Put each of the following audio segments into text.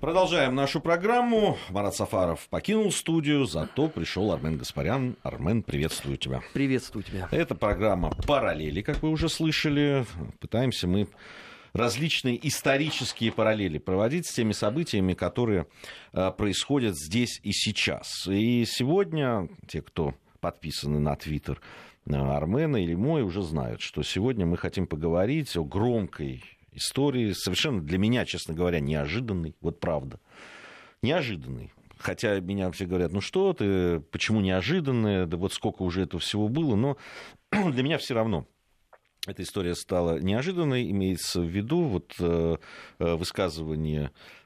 Продолжаем нашу программу. Марат Сафаров покинул студию, зато пришел Армен Гаспарян. Армен, приветствую тебя. Приветствую тебя. Это программа «Параллели», как вы уже слышали. Пытаемся мы различные исторические параллели проводить с теми событиями, которые происходят здесь и сейчас. И сегодня те, кто подписаны на Твиттер Армена или мой, уже знают, что сегодня мы хотим поговорить о громкой истории, совершенно для меня, честно говоря, неожиданный, вот правда, неожиданный. Хотя меня все говорят, ну что ты, почему неожиданное, да вот сколько уже этого всего было, но для меня все равно эта история стала неожиданной, имеется в виду вот высказывание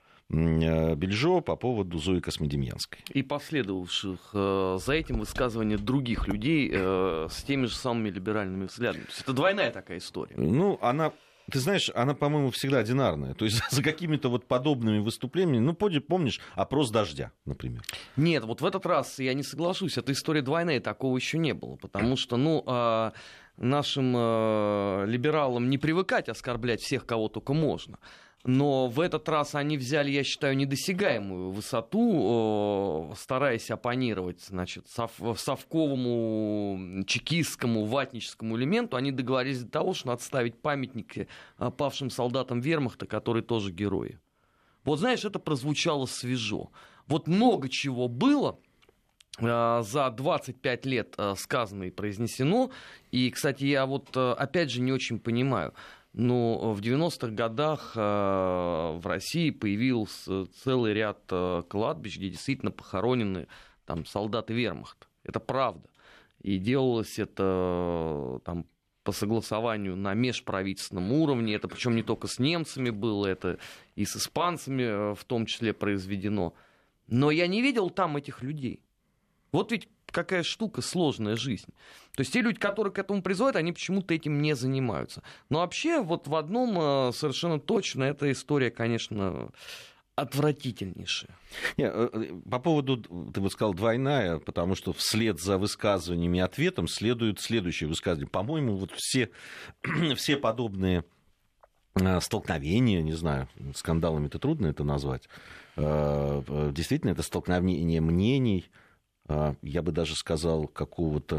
Бельжо по поводу Зои Космодемьянской. И последовавших за этим высказывания других людей с теми же самыми либеральными взглядами. То есть это двойная такая история. Ну, ты знаешь, она, по-моему, всегда одинарная. То есть за какими-то вот подобными выступлениями, ну, помнишь, опрос «Дождя», например. Нет, вот в этот раз я не соглашусь. Эта история двойная, такого еще не было. Потому что, нашим либералам не привыкать оскорблять всех, кого только можно. Но в этот раз они взяли, я считаю, недосягаемую высоту, стараясь оппонировать, значит, совковому, чекистскому, ватническому элементу. Они договорились до того, что надо ставить памятники павшим солдатам вермахта, которые тоже герои. Вот знаешь, это прозвучало свежо. Вот много чего было за 25 лет сказано и произнесено. И, кстати, я вот опять же не очень понимаю. Но в 90-х годах в России появился целый ряд кладбищ, где действительно похоронены там солдаты вермахта. Это правда. И делалось это там по согласованию на межправительственном уровне. Это причем не только с немцами было, это и с испанцами в том числе произведено. Но я не видел там этих людей. Вот ведь какая штука, сложная жизнь. То есть те люди, которые к этому призывают, они почему-то этим не занимаются. Но вообще вот в одном совершенно точно эта история, конечно, отвратительнейшая. По поводу, ты вот сказал, двойная, потому что вслед за высказываниями и ответом следует следующее высказывание. По-моему, вот все подобные столкновения, не знаю, скандалами-то трудно это назвать, действительно, это столкновение мнений, я бы даже сказал, какого-то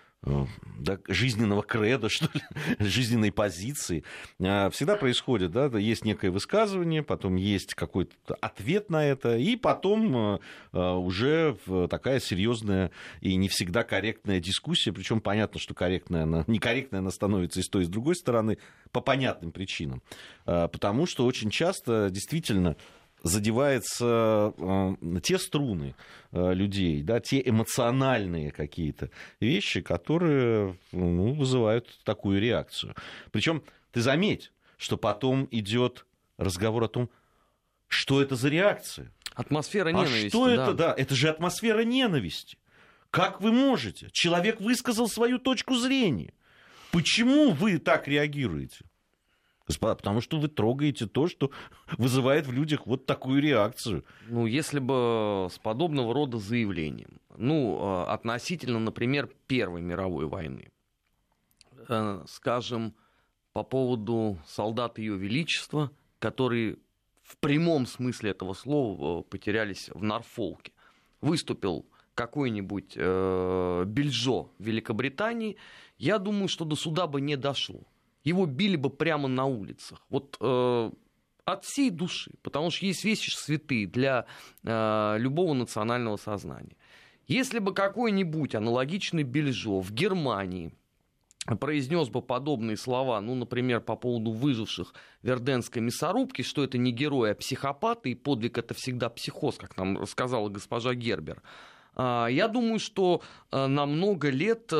жизненного кредо, что ли, жизненной позиции. Всегда происходит, да, есть некое высказывание, потом есть какой-то ответ на это, и потом уже такая серьезная и не всегда корректная дискуссия, причем понятно, что некорректная она становится и с той, и с другой стороны по понятным причинам, потому что очень часто действительно задеваются те струны людей, да, те эмоциональные какие-то вещи, которые вызывают такую реакцию. Причем ты заметь, что потом идет разговор о том, что это за реакция. Атмосфера ненависти. А что это? Да, это же атмосфера ненависти. Как вы можете? Человек высказал свою точку зрения. Почему вы так реагируете? Господа, потому что вы трогаете то, что вызывает в людях вот такую реакцию. Ну, если бы с подобного рода заявлением, относительно, например, Первой мировой войны, скажем, по поводу солдат Ее Величества, которые в прямом смысле этого слова потерялись в Норфолке, выступил какой-нибудь Бельжо в Великобритании, я думаю, что до суда бы не дошло. Его били бы прямо на улицах. Вот от всей души. Потому что есть вещи святые для любого национального сознания. Если бы какой-нибудь аналогичный Бельжо в Германии произнес бы подобные слова, например, по поводу выживших в Верденской мясорубке, что это не герои, а психопаты, и подвиг — это всегда психоз, как нам рассказала госпожа Гербер, я думаю, что на много лет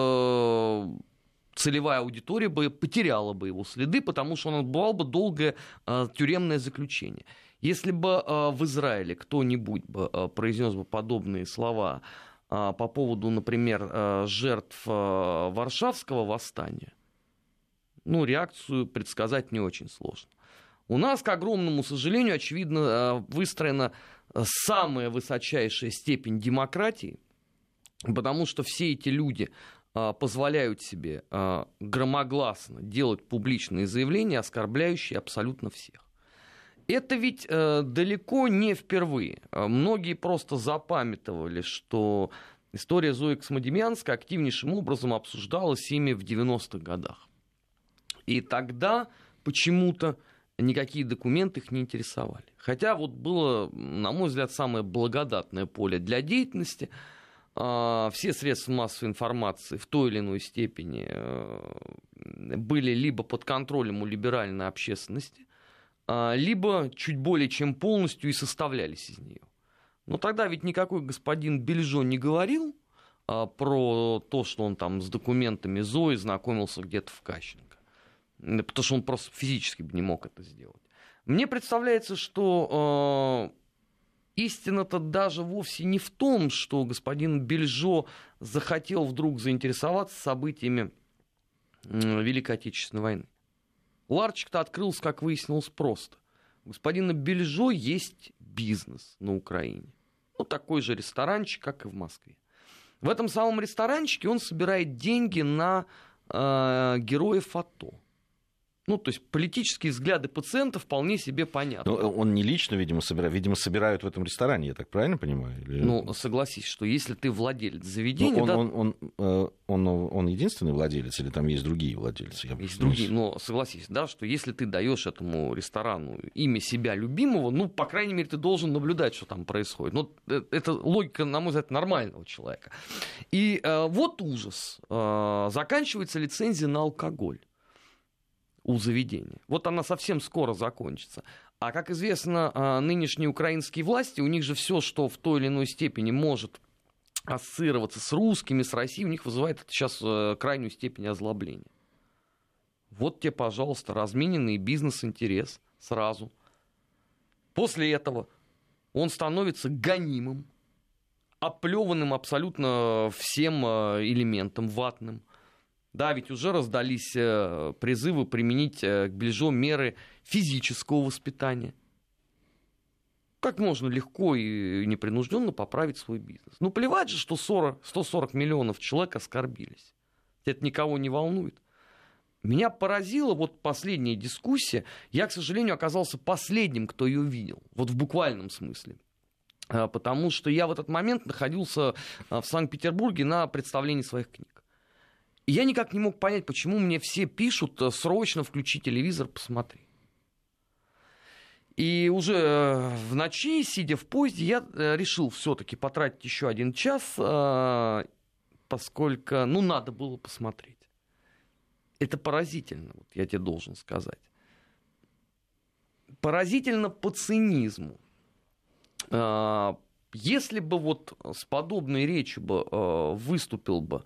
целевая аудитория бы потеряла бы его следы, потому что он отбывал бы долгое тюремное заключение. Если бы в Израиле кто-нибудь произнес бы подобные слова по поводу, например, жертв Варшавского восстания, реакцию предсказать не очень сложно. У нас, к огромному сожалению, очевидно, выстроена самая высочайшая степень демократии, потому что все эти люди позволяют себе громогласно делать публичные заявления, оскорбляющие абсолютно всех. Это ведь далеко не впервые. Многие просто запамятовали, что история Зои Космодемьянской активнейшим образом обсуждалась ими в 90-х годах. И тогда почему-то никакие документы их не интересовали. Хотя вот было, на мой взгляд, самое благодатное поле для деятельности. Все средства массовой информации в той или иной степени были либо под контролем у либеральной общественности, либо чуть более чем полностью и составлялись из нее. Но тогда ведь никакой господин Бельжо не говорил про то, что он там с документами Зои знакомился где-то в Кащенко. Потому что он просто физически не мог это сделать. Мне представляется, что истина-то даже вовсе не в том, что господин Бельжо захотел вдруг заинтересоваться событиями Великой Отечественной войны. Ларчик-то открылся, как выяснилось, просто. У господина Бельжо есть бизнес на Украине. Ну, такой же ресторанчик, как и в Москве. В этом самом ресторанчике он собирает деньги на героев АТО. Ну, то есть политические взгляды пациентов вполне себе понятны. Но он не лично, видимо, собирает. Видимо, собирают в этом ресторане, я так правильно понимаю? Или... Ну, согласись, что если ты владелец заведения... Он единственный владелец или там есть другие владельцы? Есть другие, но согласись, да, что если ты даешь этому ресторану имя себя любимого, ну, по крайней мере, ты должен наблюдать, что там происходит. Ну, это логика, на мой взгляд, нормального человека. И вот ужас. Заканчивается лицензия на алкоголь у заведения. Вот она совсем скоро закончится. А, как известно, нынешние украинские власти, у них же все, что в той или иной степени может ассоциироваться с русскими, с Россией, у них вызывает это сейчас крайнюю степень озлобления. Вот тебе, пожалуйста, размененный бизнес-интерес сразу. После этого он становится гонимым, оплеванным абсолютно всем элементом ватным. Да, ведь уже раздались призывы применить к Бельжо меры физического воспитания. Как можно легко и непринужденно поправить свой бизнес? Ну, плевать же, что 140 миллионов человек оскорбились. Это никого не волнует. Меня поразила вот последняя дискуссия. Я, к сожалению, оказался последним, кто ее видел. Вот в буквальном смысле. Потому что я в этот момент находился в Санкт-Петербурге на представлении своих книг. И я никак не мог понять, почему мне все пишут: срочно включи телевизор, посмотри. И уже в ночи, сидя в поезде, я решил все-таки потратить еще 1 час, поскольку, ну, надо было посмотреть. Это поразительно, вот я тебе должен сказать. Поразительно по цинизму. Если бы вот с подобной речью бы выступил бы,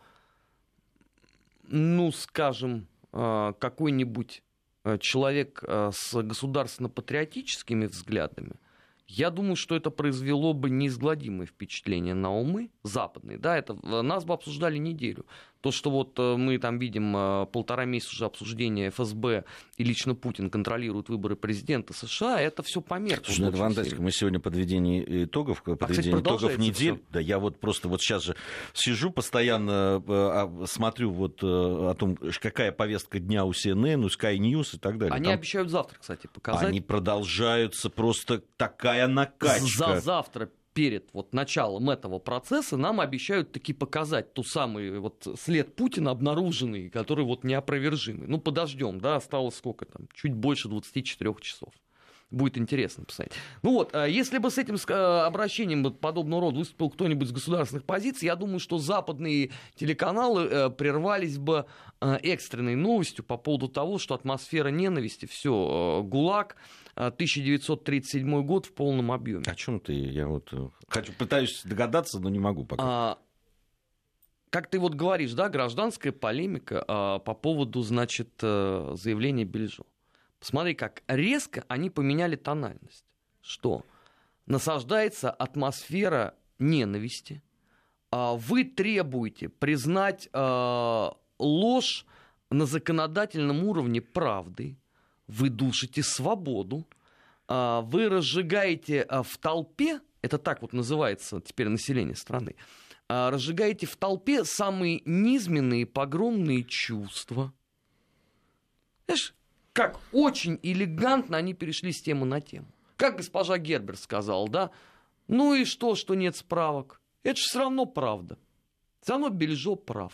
ну, скажем, какой-нибудь человек с государственно-патриотическими взглядами, я думаю, что это произвело бы неизгладимое впечатление на умы западные. Да, это нас бы обсуждали неделю. То, что вот мы там видим 1,5 месяца уже обсуждения ФСБ и лично Путин контролирует выборы президента США, это все померкло. Слушай, это фантастика. Мы сегодня подведение итогов недель. Всё. Да, я вот просто вот сейчас же сижу постоянно, смотрю вот о том, какая повестка дня у CNN, у Sky News и так далее. Они обещают завтра, кстати, показать. Они продолжаются, просто такая накачка. За завтра. Перед вот началом этого процесса нам обещают таки показать ту самый вот след Путина обнаруженный, который вот неопровержимый. Ну, подождем, да, осталось сколько там, чуть больше 24 часов. Будет интересно посмотреть. Ну вот, если бы с этим обращением подобного рода выступил кто-нибудь с государственных позиций, я думаю, что западные телеканалы прервались бы экстренной новостью по поводу того, что атмосфера ненависти, все, ГУЛАГ, 1937 год в полном объеме. О чем ты? Я вот пытаюсь догадаться, но не могу пока. Как ты вот говоришь, да, гражданская полемика по поводу, значит, заявления Бельжо. Посмотри, как резко они поменяли тональность. Что? Насаждается атмосфера ненависти. Вы требуете признать ложь на законодательном уровне правдой. Вы душите свободу. Вы разжигаете в толпе, это так вот называется теперь население страны, разжигаете в толпе самые низменные погромные чувства. Знаешь, как очень элегантно они перешли с темы на тему. Как госпожа Гербер сказала, да, ну и что нет справок? Это же все равно правда. Все равно Бельжо прав.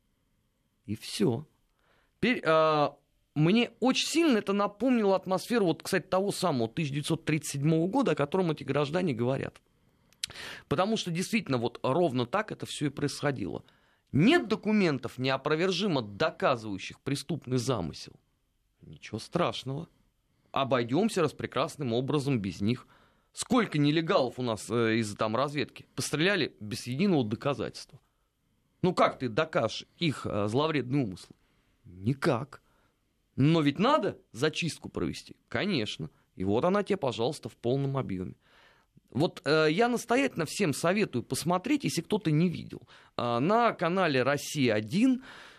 И все. Теперь, мне очень сильно это напомнило атмосферу, вот, кстати, того самого 1937 года, о котором эти граждане говорят. Потому что действительно вот ровно так это все и происходило. Нет документов, неопровержимо доказывающих преступный замысел. Ничего страшного. Обойдемся распрекрасным образом без них. Сколько нелегалов у нас из там разведки постреляли без единого доказательства. Ну как ты докажешь их зловредные умыслы? Никак. Но ведь надо зачистку провести? Конечно. И вот она тебе, пожалуйста, в полном объеме. Вот я настоятельно всем советую посмотреть, если кто-то не видел. На канале «Россия-1»,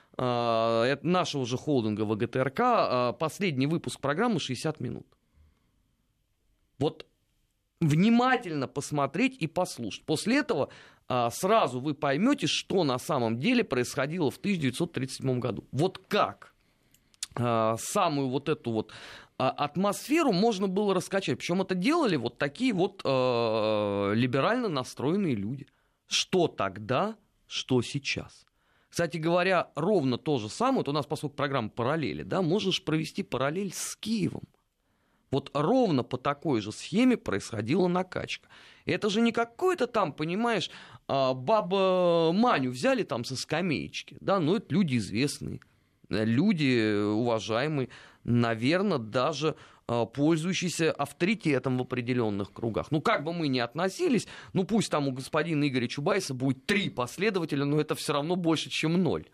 нашего же холдинга ВГТРК, последний выпуск программы «60 минут». Вот внимательно посмотреть и послушать. После этого сразу вы поймете, что на самом деле происходило в 1937 году. Вот как самую вот эту вот атмосферу можно было раскачать. Причем это делали вот такие вот либерально настроенные люди. Что тогда, что сейчас. Кстати говоря, ровно то же самое, вот у нас, поскольку программа «Параллели», да, можешь провести параллель с Киевом. Вот ровно по такой же схеме происходила накачка. Это же не какой-то там, понимаешь, баба Маню взяли там со скамеечки, да, но это люди известные, люди уважаемые, наверное, даже пользующиеся авторитетом в определенных кругах. Ну, как бы мы ни относились, ну, пусть там у господина Игоря Чубайса будет 3 последователя, но это все равно больше, чем 0.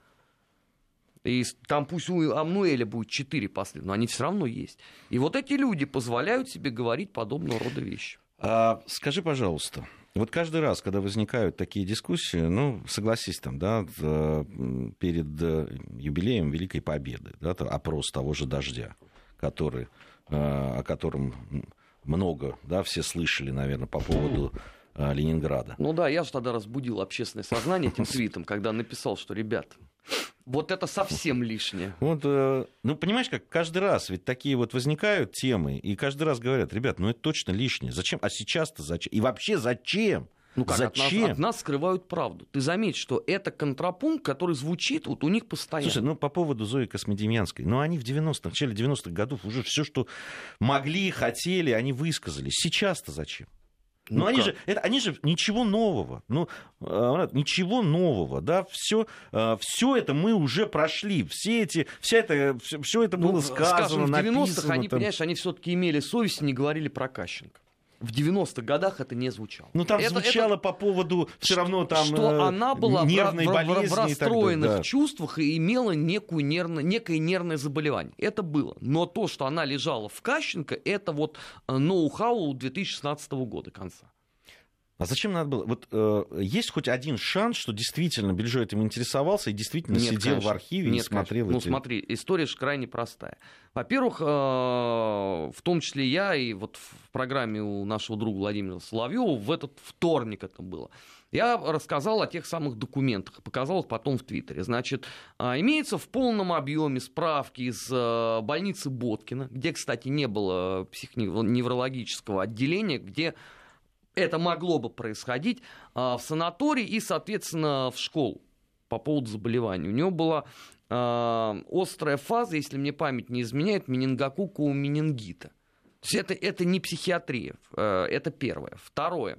И там пусть у Амнуэля будет 4 последователя, но они все равно есть. И вот эти люди позволяют себе говорить подобного рода вещи. Скажи, пожалуйста, вот каждый раз, когда возникают такие дискуссии, ну, согласись, там, да, перед юбилеем Великой Победы, да, опрос того же «Дождя», о котором много, да, все слышали, наверное, по поводу Ленинграда. Ну да, я же тогда разбудил общественное сознание этим твитом, когда написал, что, ребят, вот это совсем лишнее. Вот, ну, понимаешь, как каждый раз ведь такие вот возникают темы, и каждый раз говорят, ребят, ну это точно лишнее. Зачем? А сейчас-то зачем? И вообще зачем? Ну как, зачем? От нас скрывают правду. Ты заметь, что это контрапункт, который звучит вот у них постоянно. Слушай, ну по поводу Зои Космодемьянской, ну они в 90-х, в начале 90-х годов уже все, что могли, хотели, они высказали. Сейчас-то зачем? Ну, они же ничего нового, ничего нового, да, все это мы уже прошли, все это было сказано, скажем, в 90-х написано, они, понимаешь, они все-таки имели совесть и не говорили про Кащенко. В 90-х годах это не звучало. Ну, там звучало по поводу все равно там что она была нервной болезни в расстроенных да. чувствах и имела некое нервное заболевание. Это было. Но то, что она лежала в Кащенко, это вот ноу-хау 2016 года конца. А зачем надо было? Вот есть хоть один шанс, что действительно Бельжо этим интересовался и действительно сидел в архиве и смотрел эти... Ну смотри, история же крайне простая. Во-первых, в том числе я и вот в программе у нашего друга Владимира Соловьева в этот вторник это было. Я рассказал о тех самых документах, показал их потом в Твиттере. Значит, имеется в полном объеме справки из больницы Боткина, где, кстати, не было психоневрологического отделения, где это могло бы происходить, в санатории и, соответственно, в школу по поводу заболевания. У него была острая фаза, если мне память не изменяет, менингококкового менингита. То есть это не психиатрия, это первое. Второе.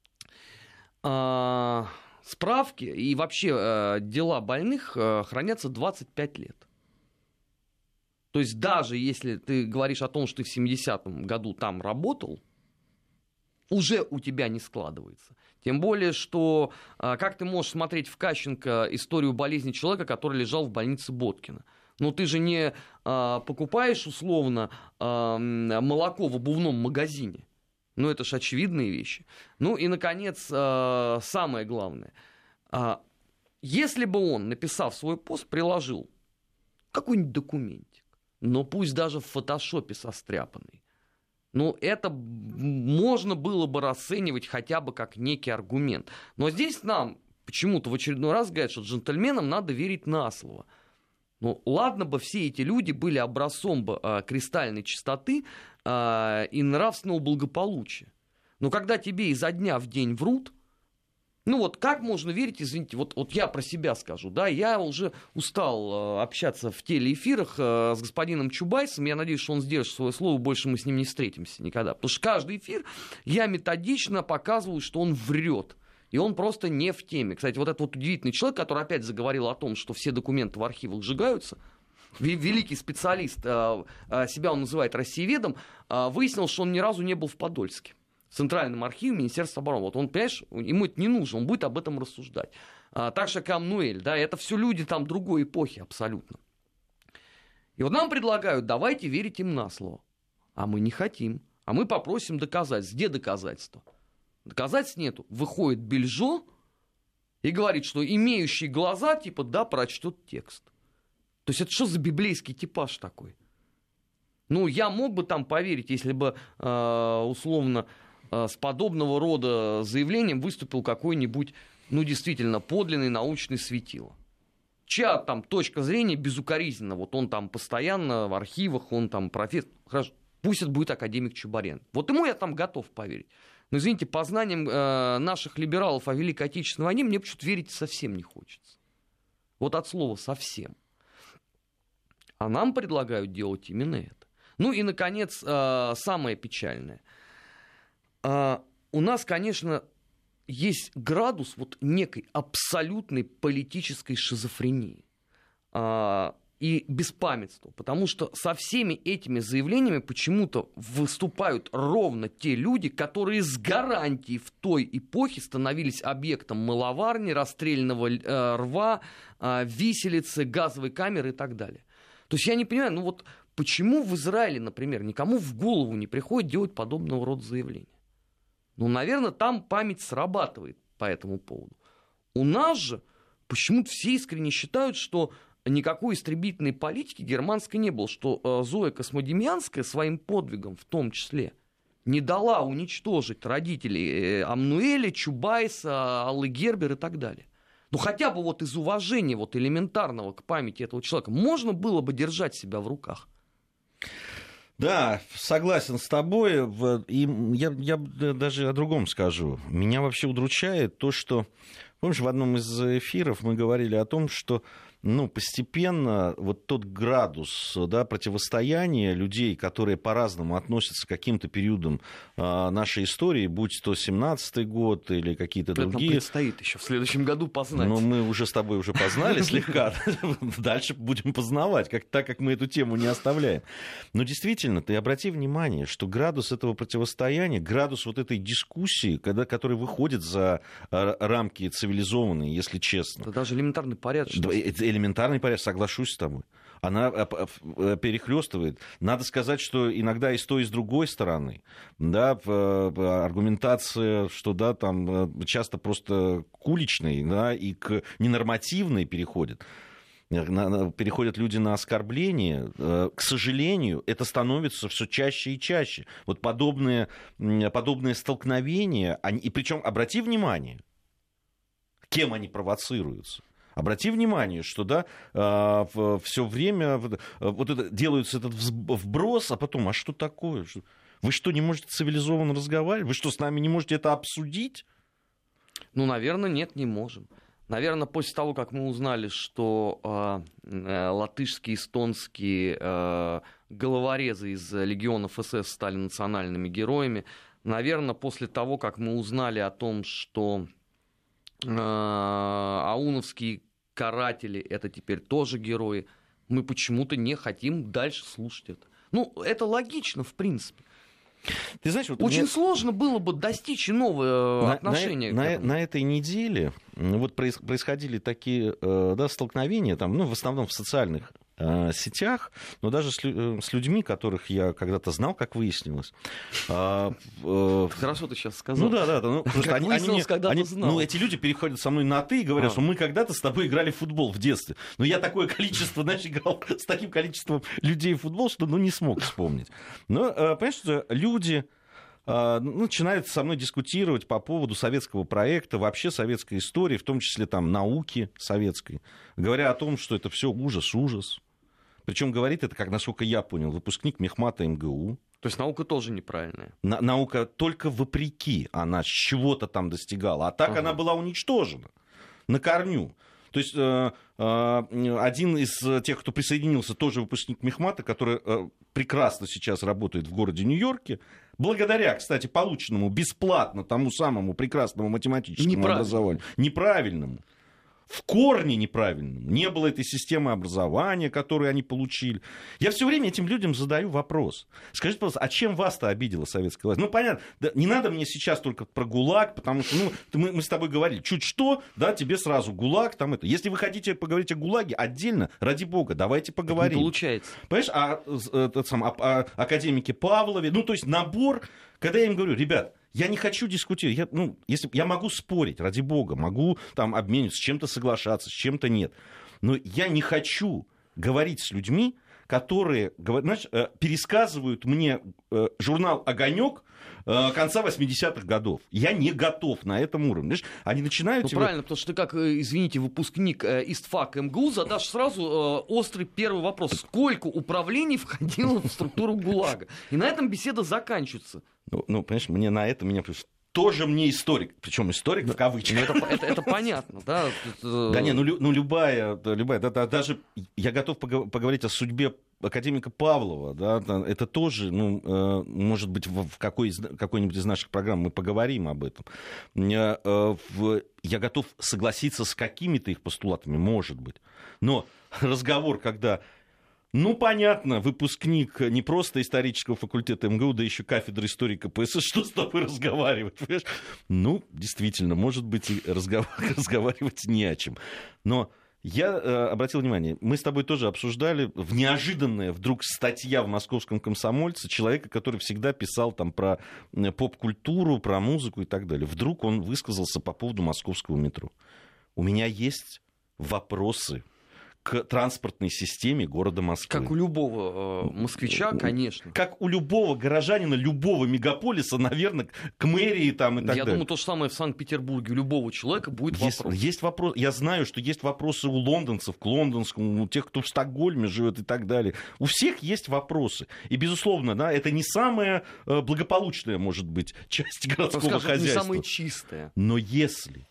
Справки и вообще дела больных хранятся 25 лет. То есть даже если ты говоришь о том, что ты в 70-м году там работал, уже у тебя не складывается. Тем более, что как ты можешь смотреть в Кащенко историю болезни человека, который лежал в больнице Боткина? Ну, ты же не покупаешь, условно, молоко в обувном магазине. Ну, это же очевидные вещи. Ну, и, наконец, самое главное. Если бы он, написав свой пост, приложил какой-нибудь документик, но пусть даже в фотошопе состряпанный, ну, это можно было бы расценивать хотя бы как некий аргумент. Но здесь нам почему-то в очередной раз говорят, что джентльменам надо верить на слово. Ну, ладно бы все эти люди были образцом кристальной чистоты и нравственного благополучия. Но когда тебе изо дня в день врут, ну вот как можно верить, извините, вот я про себя скажу, да, я уже устал общаться в телеэфирах с господином Чубайсом, я надеюсь, что он сдержит свое слово, больше мы с ним не встретимся никогда, потому что каждый эфир я методично показываю, что он врет. И он просто не в теме. Кстати, вот этот вот удивительный человек, который опять заговорил о том, что все документы в архивах сжигаются, великий специалист, себя он называет россиеведом, выяснил, что он ни разу не был в Подольске, в Центральном архиве Министерства обороны. Вот он, понимаешь, ему это не нужно, он будет об этом рассуждать. Так же, как Амнуэль, да, это все люди там другой эпохи абсолютно. И вот нам предлагают, давайте верить им на слово. А мы не хотим. А мы попросим доказательств. Где доказательства? Доказательств нету. Выходит Бельжо и говорит, что имеющий глаза, типа, да, прочтет текст. То есть это что за библейский типаж такой? Ну, я мог бы там поверить, если бы, условно, с подобного рода заявлением выступил какой-нибудь, ну, действительно, подлинный научный светило. Чья там точка зрения безукоризненна. Вот он там постоянно в архивах, он там профессор. Хорошо, пусть это будет академик Чубарян. Вот ему я там готов поверить. Но, извините, по знаниям наших либералов о Великой Отечественной войне мне почему-то верить совсем не хочется. Вот от слова «совсем». А нам предлагают делать именно это. Ну и, наконец, самое печальное. У нас, конечно, есть градус вот некой абсолютной политической шизофрении. И беспамятству, потому что со всеми этими заявлениями почему-то выступают ровно те люди, которые с гарантией в той эпохе становились объектом мыловарни, расстрельного рва, виселицы, газовой камеры и так далее. То есть я не понимаю, ну вот почему в Израиле, например, никому в голову не приходит делать подобного рода заявления? Ну, наверное, там память срабатывает по этому поводу. У нас же почему-то все искренне считают, что никакой истребительной политики германской не было, что Зоя Космодемьянская своим подвигом в том числе не дала уничтожить родителей Амнуэля, Чубайса, Аллы Гербер и так далее. Ну хотя бы вот из уважения вот элементарного к памяти этого человека можно было бы держать себя в руках. Да, согласен с тобой. И я даже о другом скажу. Меня вообще удручает то, что, помнишь, в одном из эфиров мы говорили о том, что постепенно вот тот градус, да, противостояния людей, которые по-разному относятся к каким-то периодам нашей истории, будь то 17-й год или какие-то другие. Нам предстоит еще в следующем году познать. Но мы уже с тобой уже познали слегка. Дальше будем познавать, так как мы эту тему не оставляем. Но действительно, ты обрати внимание, что градус этого противостояния, градус вот этой дискуссии, который выходит за рамки цивилизованные, если честно. Это даже элементарный порядок. Элементарный порядок, соглашусь с тобой. Она перехлестывает. Надо сказать, что иногда и с той, и с другой стороны, да, аргументация, что да, там часто просто к уличной, да, и к ненормативной переходит. Переходят люди на оскорбления. К сожалению, это становится все чаще и чаще. Вот подобные столкновения, и причем обрати внимание, кем они провоцируются. Обрати внимание, что да, все время вот это, делается этот вброс, а потом, а что такое? Вы что, не можете цивилизованно разговаривать? Вы что, с нами не можете это обсудить? Ну, наверное, нет, не можем. Наверное, после того, как мы узнали, что латышские, эстонские головорезы из легионов СС стали национальными героями, наверное, после того, как мы узнали о том, что ауновские каратели — это теперь тоже герои, мы почему-то не хотим дальше слушать это. Ну, это логично, в принципе. Ты знаешь, вот очень сложно было бы достичь нового отношения. На этой неделе вот происходили такие столкновения, там, в основном в социальных сетях, но даже с людьми, которых я когда-то знал, как выяснилось. Хорошо ты сейчас сказал. Просто эти люди переходят со мной на «ты» и говорят, что мы когда-то с тобой играли в футбол в детстве. Но я такое количество, играл с таким количеством людей в футбол, что не смог вспомнить. Но, понимаешь, что люди начинают со мной дискутировать по поводу советского проекта, вообще советской истории, в том числе там науки советской, говоря о том, что это все ужас. Причем говорит это, как, насколько я понял, выпускник мехмата МГУ. То есть наука тоже неправильная. Наука только вопреки, она чего-то там достигала, а так она была уничтожена на корню. То есть один из тех, кто присоединился, тоже выпускник мехмата, который прекрасно сейчас работает в городе Нью-Йорке, благодаря, кстати, полученному бесплатно тому самому прекрасному математическому образованию. Неправильному. В корне неправильному. Не было этой системы образования, которую они получили. Я все время этим людям задаю вопрос. Скажите, пожалуйста, а чем вас-то обидела советская власть? Ну, понятно, да, не надо мне сейчас только про ГУЛАГ, потому что мы с тобой говорили, чуть что, да, тебе сразу ГУЛАГ, там это. Если вы хотите поговорить о ГУЛАГе отдельно, ради бога, давайте поговорим. Не получается. Понимаешь, о академике Павлове, то есть набор, когда я им говорю, ребят, я не хочу дискутировать. Если я могу спорить, ради бога, могу там обмениваться, с чем-то соглашаться, с чем-то нет. Но я не хочу говорить с людьми, которые, знаешь, пересказывают мне журнал «Огонек» конца 80-х годов. Я не готов на этом уровне. Знаешь, они начинают... Правильно, потому что ты как, извините, выпускник ИСТФАК МГУ задашь сразу острый первый вопрос. Сколько управлений входило в структуру ГУЛАГа? И на этом беседа заканчивается. Понимаешь, меня тоже мне историк, причем историк в кавычках. Это понятно, да? Да не, любая, даже я готов поговорить о судьбе академика Павлова, да, это тоже, может быть, в какой-нибудь из наших программ мы поговорим об этом. Я готов согласиться с какими-то их постулатами, может быть, но разговор, когда... понятно, выпускник не просто исторического факультета МГУ, да еще кафедры истории КПСС, что с тобой разговаривать, понимаешь? Действительно, может быть, и разговаривать не о чем. Но я обратил внимание, мы с тобой тоже обсуждали неожиданная вдруг статья в «Московском комсомольце» человека, который всегда писал там про поп-культуру, про музыку и так далее. Вдруг он высказался по поводу московского метро. У меня есть вопросы к транспортной системе города Москвы. Как у любого москвича, конечно. Как у любого горожанина, любого мегаполиса, наверное, к мэрии там и так далее. Я думаю, то же самое в Санкт-Петербурге. У любого человека будет вопрос. Есть вопрос. Я знаю, что есть вопросы у лондонцев, к лондонскому, у тех, кто в Стокгольме живет и так далее. У всех есть вопросы. И, безусловно, да, это не самая благополучная, может быть, часть городского хозяйства. Не самая чистая. Но если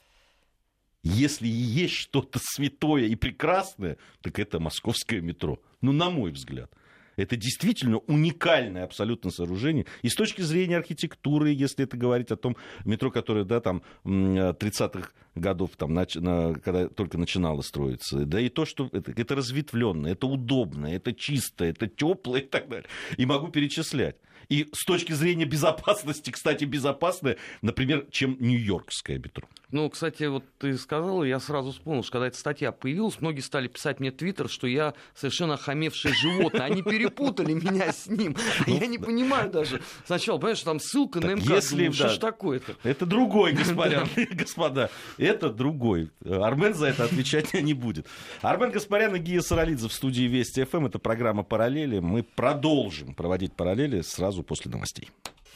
и есть что-то святое и прекрасное, так это московское метро. На мой взгляд. Это действительно уникальное абсолютно сооружение. И с точки зрения архитектуры, если это говорить о том метро, которое, да, там, 30-х годов, там, когда только начинало строиться, да и то, что это разветвленное, это удобное, это чистое, это теплое и так далее. И могу перечислять. И с точки зрения безопасности, кстати, безопасное, например, чем нью-йоркское метро. Кстати, вот ты сказал, я сразу вспомнил, что когда эта статья появилась, многие стали писать мне в Твиттер, что я совершенно охамевшее животное. Они перепутали меня с ним. Я не понимаю даже. Сначала, понимаешь, там ссылка на МК. Что ж такое-то? Это другой, господа. Это другой. Армен за это отвечать не будет. Армен Гаспарян и Гия Саралидзе в студии Вести ФМ. Это программа «Параллели». Мы продолжим проводить параллели сразу после новостей.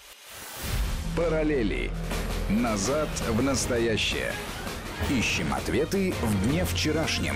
Параллели. Назад в настоящее. Ищем ответы в дне вчерашнем.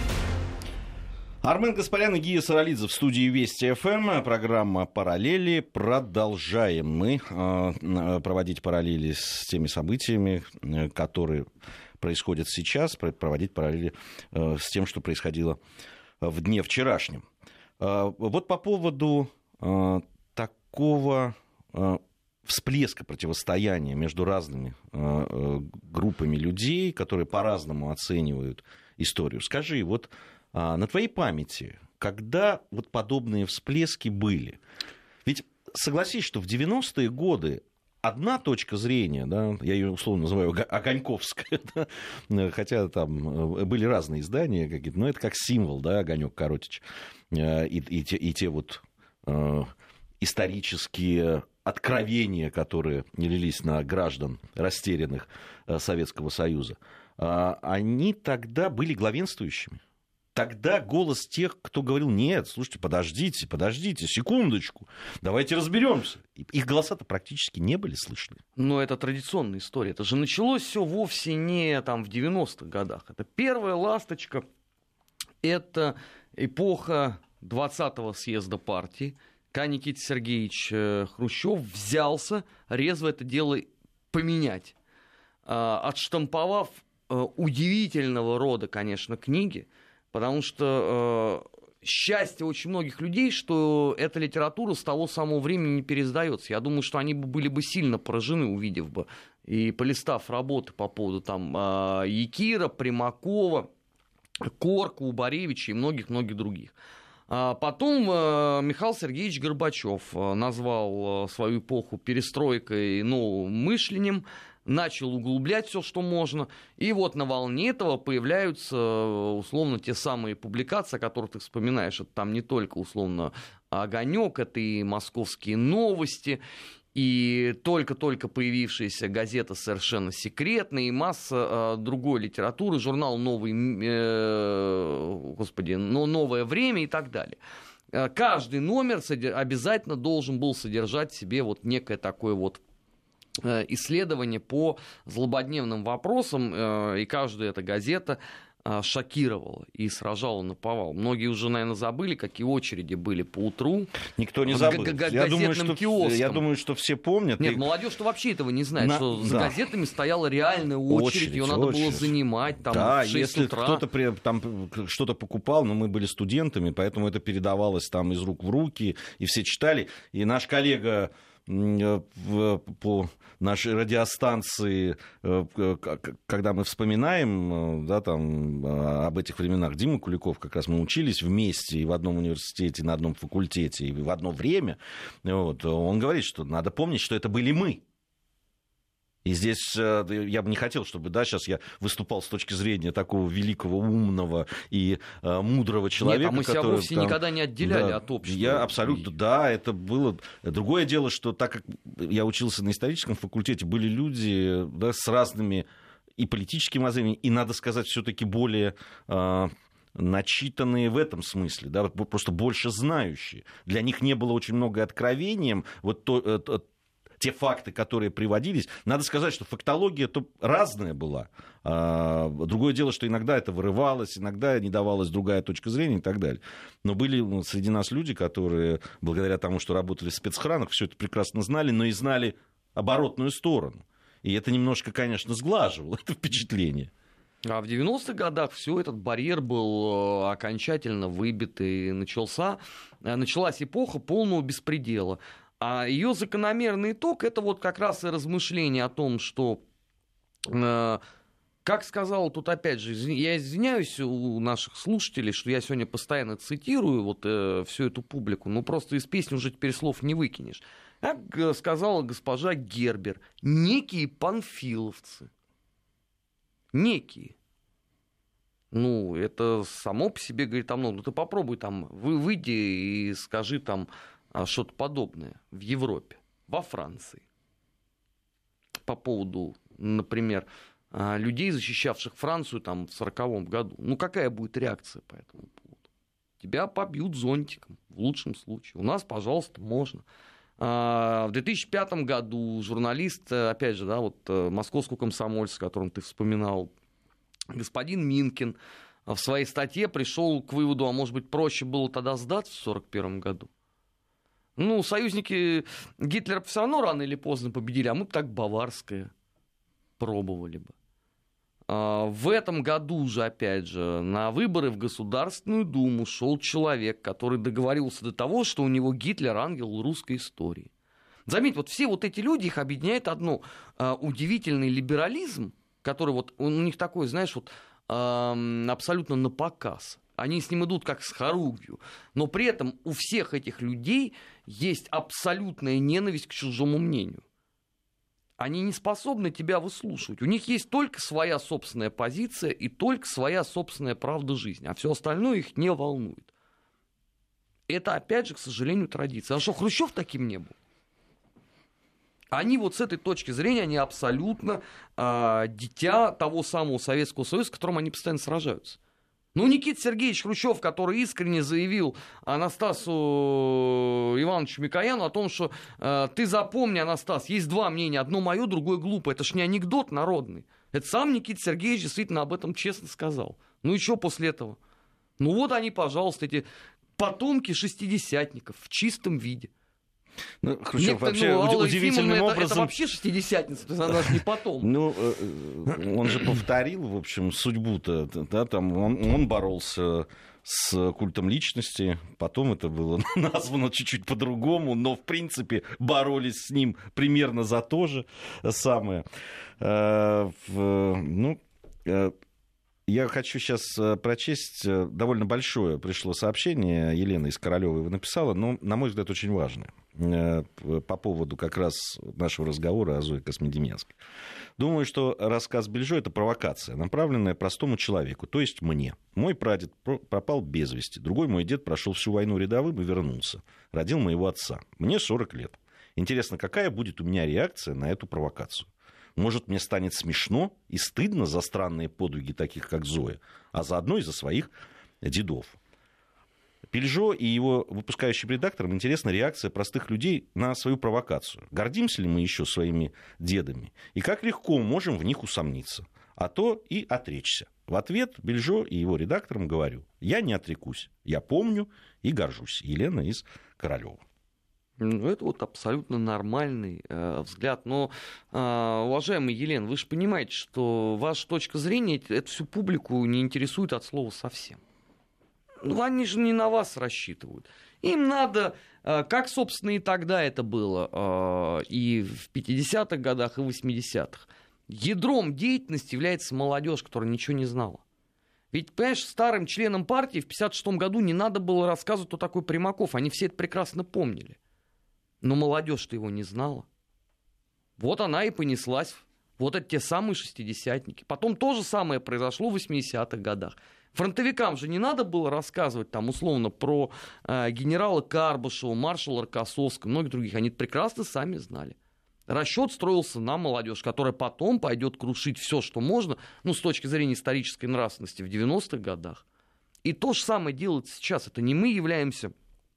Армен Гаспарян и Гия Саралидзе в студии Вести ФМ. Программа «Параллели». Продолжаем мы проводить параллели с теми событиями, которые происходят сейчас, проводить параллели с тем, что происходило в дне вчерашнем. Вот по поводу такого всплеска противостояния между разными группами людей, которые по-разному оценивают историю. Скажи, вот на твоей памяти, когда вот подобные всплески были? Ведь согласись, что в 90-е годы одна точка зрения, да, я ее условно называю огоньковская, да, хотя там были разные издания какие-то, но это как символ, да, Огонек Коротич, и те вот исторические откровения, которые лились на граждан, растерянных Советского Союза, они тогда были главенствующими. тогда голос тех, кто говорил: нет, слушайте, подождите, секундочку, давайте разберемся. Их голоса-то практически не были слышны. Но это традиционная история. Это же началось все вовсе не там, в 90-х годах. Это первая ласточка, это эпоха 20-го съезда партии. Никита Сергеевич Хрущев взялся резво это дело поменять, отштамповав удивительного рода, конечно, книги, потому что счастье очень многих людей, что эта литература с того самого времени не переиздается. Я думаю, что они были бы сильно поражены, увидев бы и полистав работы по поводу там Якира, Примакова, Корка, Убаревича и многих-многих других. Потом Михаил Сергеевич Горбачев назвал свою эпоху перестройкой, новым мышлением, начал углублять все, что можно. И вот на волне этого появляются, условно, те самые публикации, о которых ты вспоминаешь. Это там не только, условно, «Огонек», это и «Московские новости», и только-только появившаяся газета «Совершенно секретная», и масса другой литературы, журнал «Новое время» и так далее. Каждый номер обязательно должен был содержать в себе вот некое такое вот исследование по злободневным вопросам, и каждая эта газета шокировала и сражала наповал. Многие уже, наверное, забыли, какие очереди были по утру. Никто не забыл. Я думаю, что все помнят. Нет, молодежь-то вообще этого не знает, что за газетами стояла реальная очередь, ее надо было занимать там, в 6 утра. Да, если кто-то там что-то покупал, но мы были студентами, поэтому это передавалось там из рук в руки, и все читали. И наш коллега по нашей радиостанции, когда мы вспоминаем, да, там, об этих временах, Дима Куликов, как раз мы учились вместе и в одном университете, на одном факультете, и в одно время, вот, он говорит, что надо помнить, что это были мы. И здесь я бы не хотел, чтобы, да, сейчас я выступал с точки зрения такого великого, умного и мудрого человека. Нет, а мы себя вовсе там никогда не отделяли, да, от общества. Я абсолютно, да, это было. Другое дело, что так как я учился на историческом факультете, были люди, да, с разными и политическими воззрениями, и, надо сказать, все-таки более начитанные в этом смысле, да, просто больше знающие. Для них не было очень много откровением. Вот те факты, которые приводились, надо сказать, что фактология-то разная была. Другое дело, что иногда это вырывалось, иногда не давалась другая точка зрения и так далее. Но были среди нас люди, которые, благодаря тому, что работали в спецохранах, все это прекрасно знали, но и знали оборотную сторону. И это немножко, конечно, сглаживало это впечатление. А в 90-х годах все этот барьер был окончательно выбит, и началась эпоха полного беспредела. А ее закономерный итог — это вот как раз и размышление о том, что, как сказал тут опять же, я извиняюсь у наших слушателей, что я сегодня постоянно цитирую вот всю эту публику, но просто из песни уже теперь слов не выкинешь. Как сказала госпожа Гербер, некие панфиловцы. Некие. Ну, это само по себе говорит о многом. Ну, ты попробуй там, выйди и скажи там что-то подобное в Европе, во Франции. По поводу, например, людей, защищавших Францию там, в 1940 году. Ну, какая будет реакция по этому поводу? Тебя побьют зонтиком, в лучшем случае. У нас, пожалуйста, можно. В 2005 году журналист, опять же, да, вот московского комсомольца, о котором ты вспоминал, господин Минкин, в своей статье пришел к выводу, а может быть, проще было тогда сдаться в 1941 году. Ну, союзники Гитлера все равно рано или поздно победили, а мы бы так баварское пробовали бы. В этом году же, опять же, на выборы в Государственную Думу шел человек, который договорился до того, что у него Гитлер — ангел русской истории. Заметь, вот все вот эти люди, их объединяет одно: удивительный либерализм, который вот у них такой, знаешь, вот абсолютно напоказ. Они с ним идут как с хоругвью. Но при этом у всех этих людей есть абсолютная ненависть к чужому мнению. Они не способны тебя выслушивать. У них есть только своя собственная позиция и только своя собственная правда жизни. А все остальное их не волнует. Это, опять же, к сожалению, традиция. А что, Хрущев таким не был? Они вот с этой точки зрения, они абсолютно дитя того самого Советского Союза, с которым они постоянно сражаются. Ну, Никита Сергеевич Хрущев, который искренне заявил Анастасу Ивановичу Микояну о том, что ты запомни, Анастас, есть два мнения, одно мое, другое глупое. Это ж не анекдот народный. Это сам Никита Сергеевич действительно об этом честно сказал. Ну и что после этого? Ну вот они, пожалуйста, эти потомки шестидесятников в чистом виде. Ну, Хрущев вообще удивительным образом... Это вообще шестидесятница, то есть она же не потом. Ну, он же повторил, в общем, судьбу-то. Да, там он боролся с культом личности, потом это было названо чуть-чуть по-другому, но, в принципе, боролись с ним примерно за то же самое. Ну... Я хочу сейчас прочесть, довольно большое пришло сообщение, Елена из Королёва его написала, но, на мой взгляд, очень важное, по поводу как раз нашего разговора о Зое Космодемьянской. Думаю, что рассказ Бельжо — это провокация, направленная простому человеку, то есть мне. Мой прадед пропал без вести, другой мой дед прошел всю войну рядовым и вернулся, родил моего отца. Мне 40 лет. Интересно, какая будет у меня реакция на эту провокацию? Может, мне станет смешно и стыдно за странные подвиги таких, как Зоя, а заодно и за своих дедов. Бельжо и его выпускающим редакторам интересна реакция простых людей на свою провокацию. Гордимся ли мы еще своими дедами? И как легко можем в них усомниться? А то и отречься. В ответ Бельжо и его редакторам говорю: я не отрекусь, я помню и горжусь. Елена из Королёва. Ну, это вот абсолютно нормальный взгляд. Но, уважаемая Елена, вы же понимаете, что ваша точка зрения эту всю публику не интересует от слова совсем. Ну, они же не на вас рассчитывают. Им надо, как, собственно, и тогда это было, и в 50-х годах, и в 80-х. Ядром деятельности является молодежь, которая ничего не знала. Ведь, понимаешь, старым членам партии в 56-м году не надо было рассказывать, кто такой Примаков. Они все это прекрасно помнили. Но молодежь-то его не знала. Вот она и понеслась. Вот это те самые шестидесятники. Потом то же самое произошло в 80-х годах. Фронтовикам же не надо было рассказывать там условно про генерала Карбышева, маршала Рокоссовского, многих других. Они это прекрасно сами знали. Расчет строился на молодежь, которая потом пойдет крушить все, что можно, ну, с точки зрения исторической нравственности в 90-х годах. И то же самое делается сейчас. Это не мы являемся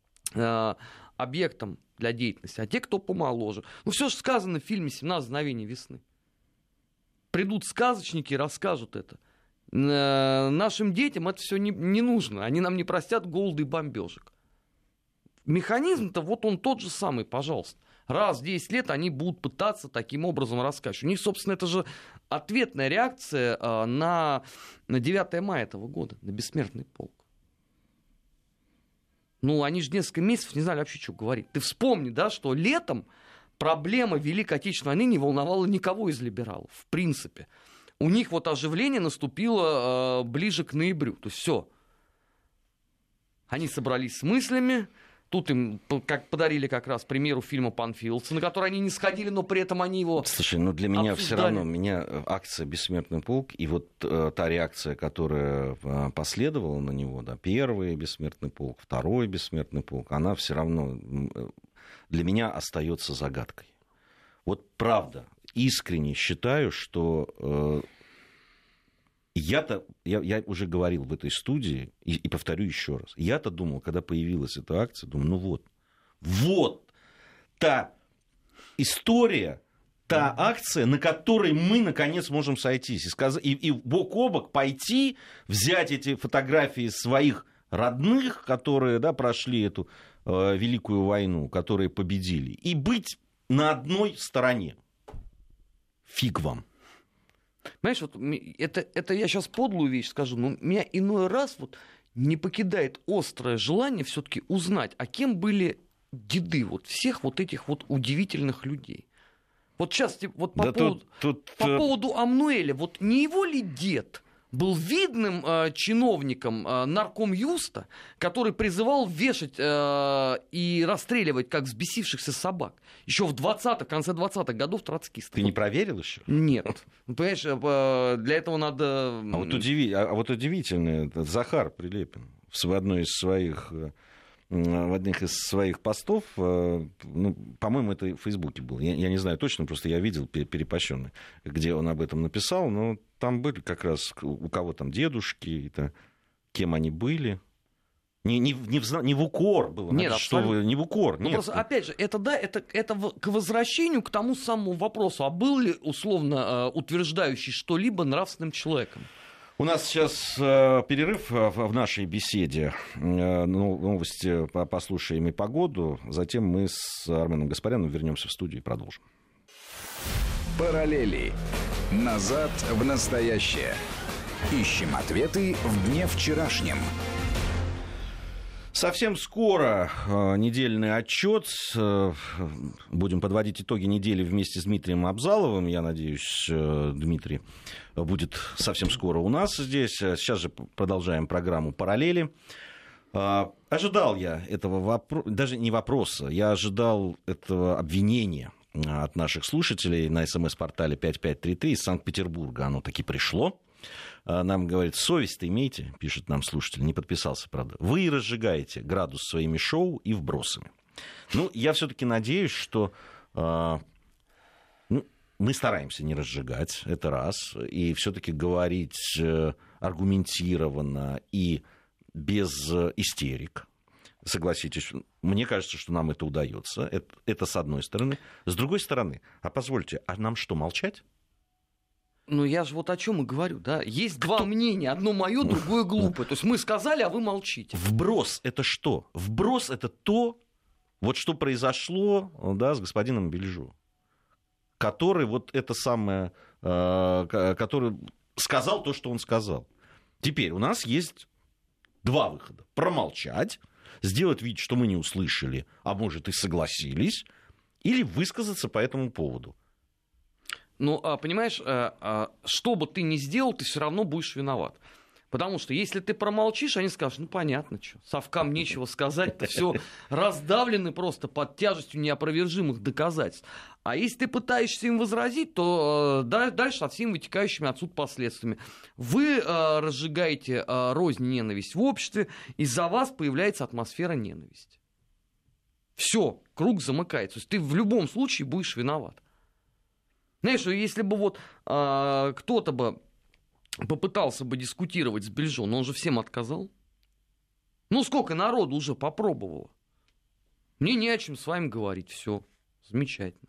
объектом для деятельности, а те, кто помоложе. Ну, все же сказано в фильме «17 мгновений весны». Придут сказочники и расскажут это. Нашим детям это все не нужно. Они нам не простят голода и бомбежек. Механизм-то вот он тот же самый, пожалуйста. Раз в 10 лет они будут пытаться таким образом рассказать. У них, собственно, это же ответная реакция на 9 мая этого года, на бессмертный полк. Ну, они же несколько месяцев не знали вообще, что говорить. Ты вспомни, да, что летом проблема Великой Отечественной войны не волновала никого из либералов, в принципе. У них вот оживление наступило ближе к ноябрю. То есть все. Они собрались с мыслями. Тут им подарили как раз примеру фильма «Панфиловцы», на который они не сходили, но при этом они его Слушай, ну для меня все равно, акция «Бессмертный полк» и вот та реакция, которая последовала на него, да, первый «Бессмертный полк», второй «Бессмертный полк», она все равно для меня остается загадкой. Вот правда, искренне считаю, что... Я уже говорил в этой студии, и повторю еще раз, я-то думал, когда появилась эта акция, думаю, вот та история, та акция, на которой мы, наконец, можем сойтись, и бок о бок пойти, взять эти фотографии своих родных, которые, да, прошли эту Великую войну, которые победили, и быть на одной стороне. Фиг вам. Понимаешь, вот это я сейчас подлую вещь скажу, но меня иной раз вот не покидает острое желание все-таки узнать, а кем были деды вот всех вот этих вот удивительных людей. Вот сейчас вот по поводу Амнуэля, вот не его ли дед был видным чиновником наркомюста, который призывал вешать и расстреливать как взбесившихся собак. Еще в конце 20-х годов троцкистов. Ты не проверил еще? Нет. Понимаешь, для этого надо... А вот удивительно, Захар Прилепин в одних из своих постов, ну, по-моему, это в Фейсбуке было, я не знаю точно, просто я видел перепощенный, где он об этом написал, но там были как раз у кого там дедушки, кем они были. Не в укор было. Нет, что вы, не в укор. Ну, просто, опять же, это к возвращению к тому самому вопросу, а был ли условно утверждающий что-либо нравственным человеком? У нас сейчас перерыв в нашей беседе. Новости послушаем и погоду. Затем мы с Арменом Гаспаряном вернемся в студию и продолжим. Параллели. Назад в настоящее. Ищем ответы в дне вчерашнем. Совсем скоро недельный отчет. Будем подводить итоги недели вместе с Дмитрием Абзаловым. Я надеюсь, Дмитрий будет совсем скоро у нас здесь. Сейчас же продолжаем программу «Параллели». Ожидал я этого вопроса, даже не вопроса, я ожидал этого обвинения от наших слушателей на СМС-портале 5533 из Санкт-Петербурга. Оно таки пришло. Нам говорит, совесть-то имейте, пишет нам слушатель, не подписался, правда. Вы разжигаете градус своими шоу и вбросами. Ну, я все-таки надеюсь, что мы стараемся не разжигать, это раз, и все-таки говорить аргументированно и без истерик. Согласитесь, мне кажется, что нам это удается. Это с одной стороны. С другой стороны, а позвольте, а нам что, молчать? Ну, я же вот о чем и говорю, да. Есть два мнения, одно мое, другое глупое. То есть мы сказали, а вы молчите. Вброс — это что? Вброс — это то, вот что произошло, да, с господином Бельжо, который вот это самое, который сказал то, что он сказал. Теперь у нас есть два выхода. Промолчать, сделать вид, что мы не услышали, а может и согласились, или высказаться по этому поводу. Ну, понимаешь, что бы ты ни сделал, ты все равно будешь виноват. Потому что если ты промолчишь, они скажут, ну понятно, что, совкам нечего сказать-то, все раздавлены просто под тяжестью неопровержимых доказательств. А если ты пытаешься им возразить, то дальше со всеми вытекающими отсюда последствиями. Вы разжигаете рознь, ненависть в обществе, из-за вас появляется атмосфера ненависти. Все, круг замыкается. То есть ты в любом случае будешь виноват. Знаешь, если бы вот кто-то бы попытался бы дискутировать с Бельжо, но он же всем отказал. Ну, сколько народу уже попробовало. Мне не о чем с вами говорить. Все, замечательно.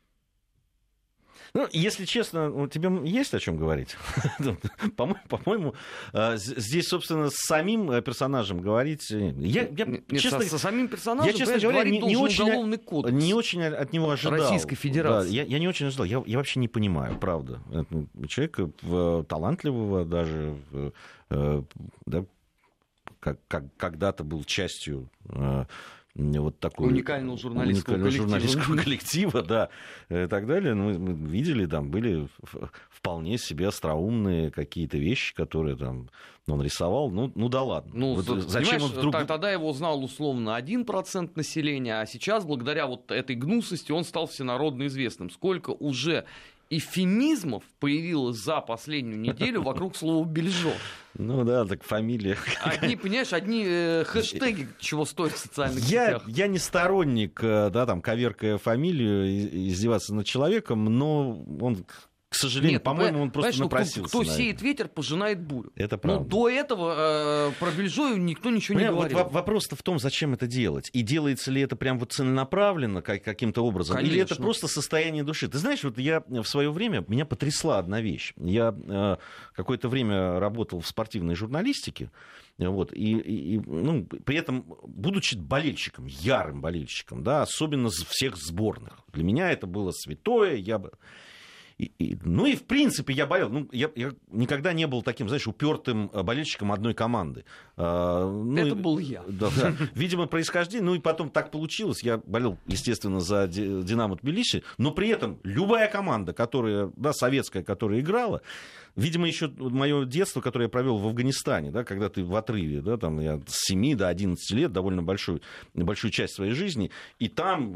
Ну, если честно, тебе есть о чем говорить? По-моему, здесь, собственно, с самим персонажем говорить... Со самим персонажем, честно говоря, не уголовный кодекс. Не очень от него ожидал. Российской Федерации. Я не очень ожидал. Я вообще не понимаю, правда. Человека талантливого даже, да, когда-то был частью... вот такой уникального журналистского коллектива, да, и так далее. Мы видели, там были вполне себе остроумные какие-то вещи, которые там он рисовал. Ну да ладно. Ну, вот зачем он вдруг... Тогда его знал условно 1% населения, а сейчас, благодаря вот этой гнусности, он стал всенародно известным. Сколько уже эвфемизмов появилось за последнюю неделю вокруг слова «Бельжо». Ну да, так фамилия. Одни хэштеги, чего стоят в социальных сетях. Я не сторонник, да, там, коверкая фамилию, издеваться над человеком, но он... К сожалению, по-моему, он просто напросился. Кто сеет ветер, пожинает бурю. Это правда. Но до этого про Бельжо никто ничего не говорил. Вот вопрос-то в том, зачем это делать. И делается ли это прям вот целенаправленно каким-то образом, конечно, или это просто состояние души. Ты знаешь, вот я в свое время, меня потрясла одна вещь. Я какое-то время работал в спортивной журналистике, вот, ну, при этом, будучи болельщиком, ярым болельщиком, да, особенно всех сборных. Для меня это было святое, ну и в принципе я болел. Ну, я никогда не был таким, знаешь, упертым болельщиком одной команды. Это был я. Да. Видимо, происхождение. Ну и потом так получилось. Я болел, естественно, за «Динамо Тбилиси», но при этом любая команда, которая, да, советская, которая играла, видимо, еще мое детство, которое я провел в Афганистане, да, когда ты в отрыве, да, там я с 7 до 11 лет, довольно большую часть своей жизни, и там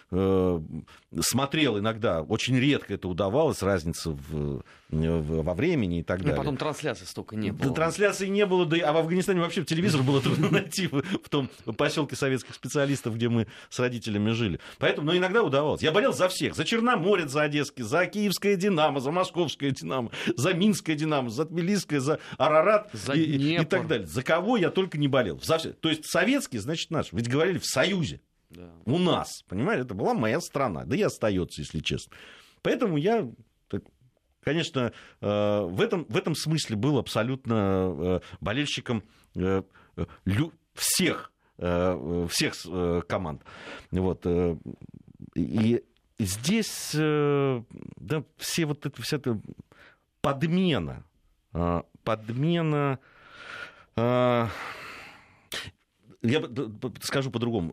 смотрел иногда, очень редко это удавалось, разница во времени и так далее. Потом трансляции столько не было. Трансляции не было, да, а в Афганистане вообще телевизор было трудно найти в том поселке советских специалистов, где мы с родителями жили. Поэтому, но иногда удавалось. Я болел за всех. За Черноморец, за Одесский, за Киевское «Динамо», за Московское «Динамо», за Минское «Динамо», за Тбилисское, за Арарат и так далее. За кого я только не болел. За все. То есть советский, значит, наш. Ведь говорили в Союзе. Да. У нас. Понимаете, это была моя страна. Да и остается, если честно. Поэтому я... Конечно, в этом смысле был абсолютно болельщиком всех команд. Вот. И здесь да, вся эта подмена. Я скажу по-другому.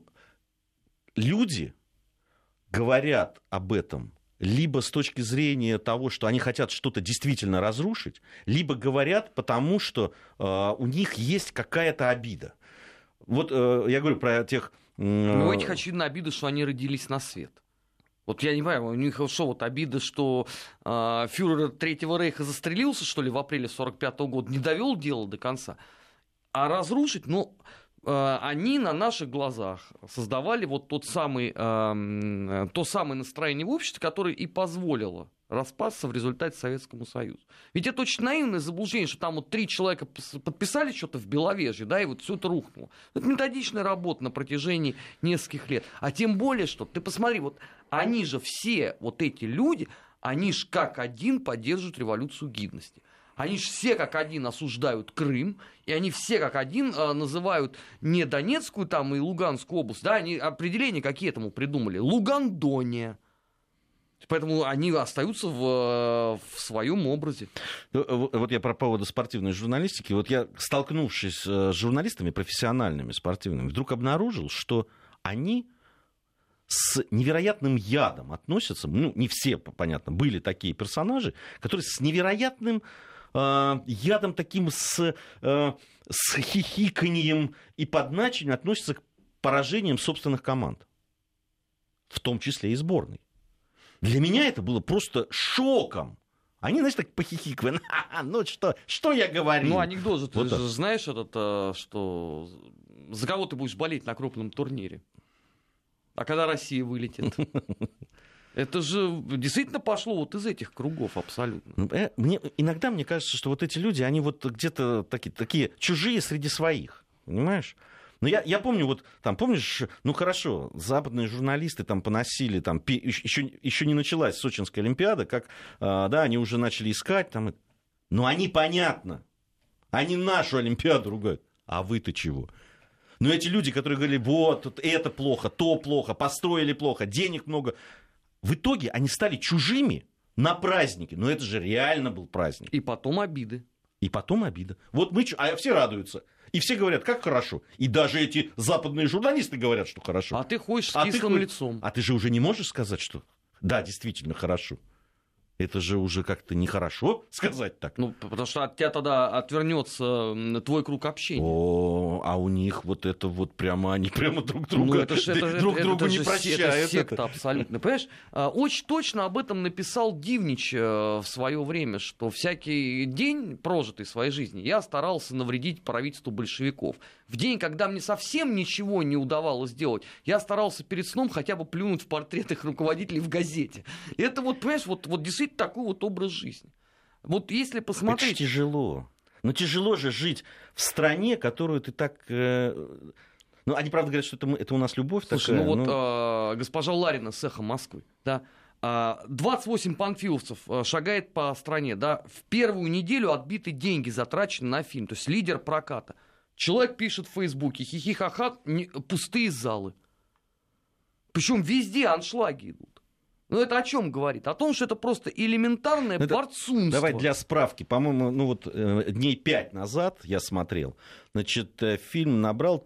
Люди говорят об этом либо с точки зрения того, что они хотят что-то действительно разрушить, либо говорят потому, что у них есть какая-то обида. Вот я говорю про тех... У этих очевидно обида, что они родились на свет. Вот я не понимаю, у них что, вот обида, что фюрер Третьего Рейха застрелился, что ли, в апреле 1945 года, не довел дело до конца. А разрушить, они на наших глазах создавали вот то самое настроение в обществе, которое и позволило распасться в результате Советскому Союзу. Ведь это очень наивное заблуждение, что там вот 3 человека подписали что-то в Беловежье, да, и вот все это рухнуло. Это методичная работа на протяжении нескольких лет. А тем более, что ты посмотри, вот они же все, вот эти люди, они же как один поддерживают революцию гидности. Они же все как один осуждают Крым, и они все как один называют не Донецкую там и Луганскую область, да, они определения какие этому придумали, Лугандония. Поэтому они остаются в своем образе. Вот я про поводу спортивной журналистики. Вот я, столкнувшись с журналистами профессиональными, спортивными, вдруг обнаружил, что они с невероятным ядом относятся, не все, понятно, были такие персонажи, которые с невероятным ядом таким, с хихиканьем и подначиванием относятся к поражениям собственных команд, в том числе и сборной. Для меня это было просто шоком. Они, знаешь, так похихикивали. Ну что я говорил? Ну, анекдот же, ты же знаешь, что за кого ты будешь болеть на крупном турнире? А когда Россия вылетит? Это же действительно пошло вот из этих кругов абсолютно. Иногда мне кажется, что вот эти люди, они вот где-то такие чужие среди своих, понимаешь? Но я помню, вот там, помнишь, хорошо, западные журналисты там поносили, там, еще не началась Сочинская Олимпиада, как, да, они уже начали искать, там, но они, понятно, они нашу Олимпиаду ругают, а вы-то чего? Но эти люди, которые говорили, вот, это плохо, то плохо, построили плохо, денег много, в итоге они стали чужими на празднике, но это же реально был праздник. И потом обиды. Вот мы, а все радуются. И все говорят, как хорошо. И даже эти западные журналисты говорят, что хорошо. А ты ходишь с кислым лицом. А ты же уже не можешь сказать, что да, действительно хорошо. Это же уже как-то нехорошо сказать так. Ну, потому что от тебя тогда отвернется твой круг общения. А у них вот это вот прямо, они прямо друг друга друг другу не прощают. Это секта абсолютно. Понимаешь, очень точно об этом написал Дивнич в свое время, что всякий день, прожитый в своей жизни, я старался навредить правительству большевиков. В день, когда мне совсем ничего не удавалось сделать, я старался перед сном хотя бы плюнуть в портрет их руководителей в газете. И это вот, понимаешь, вот действительно такой вот образ жизни. Вот если посмотреть... Это тяжело. Но тяжело же жить в стране, которую ты так... Ну, они, правда, говорят, что это у нас любовь. Слушай, такая. Госпожа Ларина с «Эхо Москвы», да, 28 панфиловцев шагает по стране, да, в первую неделю отбиты деньги, затрачены на фильм, то есть лидер проката. Человек пишет в Фейсбуке, хихи-ха-ха, пустые залы. Причем везде аншлаги идут. Ну, это о чем говорит? О том, что это просто элементарное борцунство. Давай для справки. По-моему, дней 5 назад я смотрел. Значит, фильм набрал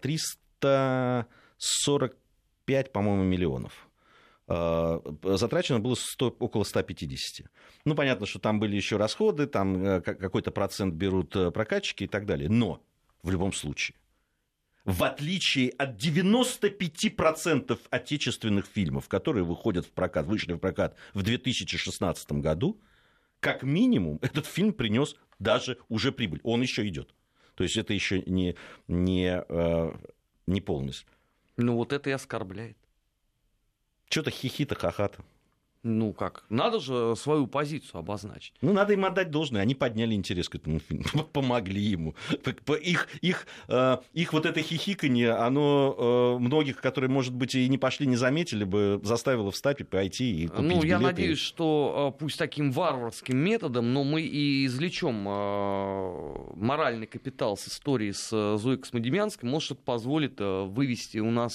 345, по-моему, миллионов. Затрачено было около 150. Ну, понятно, что там были еще расходы, там какой-то процент берут прокатчики и так далее. Но, в любом случае, в отличие от 95% отечественных фильмов, которые вышли в прокат в 2016 году, как минимум этот фильм принес даже уже прибыль. Он еще идет. То есть это еще не полностью. Ну вот это и оскорбляет. Что-то хихита, хахата. Ну как, надо же свою позицию обозначить. Ну, надо им отдать должное, они подняли интерес к этому фильму, помогли ему. Их вот это хихиканье, оно многих, которые, может быть, и не пошли, не заметили бы, заставило встать и пойти и купить билеты. Я надеюсь, что пусть таким варварским методом, но мы и извлечем моральный капитал с истории с Зоей Космодемьянской, может, это позволит вывести у нас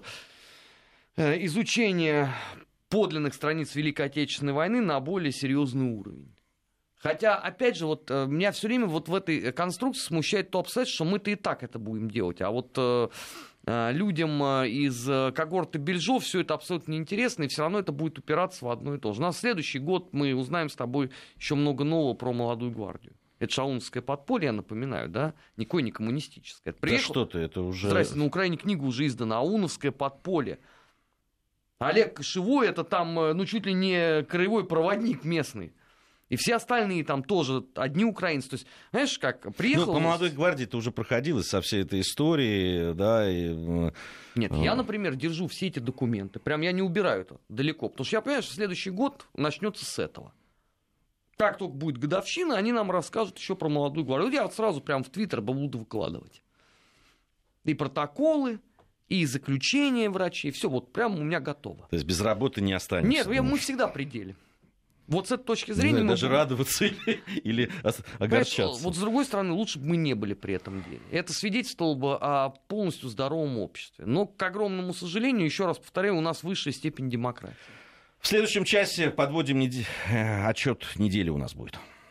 изучение подлинных страниц Великой Отечественной войны на более серьезный уровень. Хотя, опять же, вот меня все время вот в этой конструкции смущает то обстоятельство, что мы-то и так это будем делать, а вот людям из когорты Бельжо все это абсолютно неинтересно, и все равно это будет упираться в одно и то же. На следующий год мы узнаем с тобой еще много нового про молодую гвардию. Это шаунское подполье, я напоминаю, да? Никакое не коммунистическое. Да что ты, это уже... Здрасте, на Украине книга уже издана «Ауновское подполье». Олег Кошевой, это там, ну, чуть ли не краевой проводник местный. И все остальные там тоже одни украинцы. То есть, знаешь, как приехал... Ну, по молодой гвардии это уже проходилось со всей этой историей, да, и... Нет, я, например, держу все эти документы. Прям я не убираю это далеко. Потому что я понимаю, что следующий год начнется с этого. Как только будет годовщина, они нам расскажут еще про молодую гвардию. Я вот сразу прям в Твиттер буду выкладывать. И протоколы, и заключение врачей, все вот прямо у меня готово. То есть без работы не останется? Нет, мы всегда при деле. Вот с этой точки зрения... Мы даже радоваться или огорчаться. Вот с другой стороны, лучше бы мы не были при этом деле. Это свидетельствовало бы о полностью здоровом обществе. Но, к огромному сожалению, еще раз повторяю, у нас высшая степень демократии. В следующем часе подводим отчет недели у нас будет.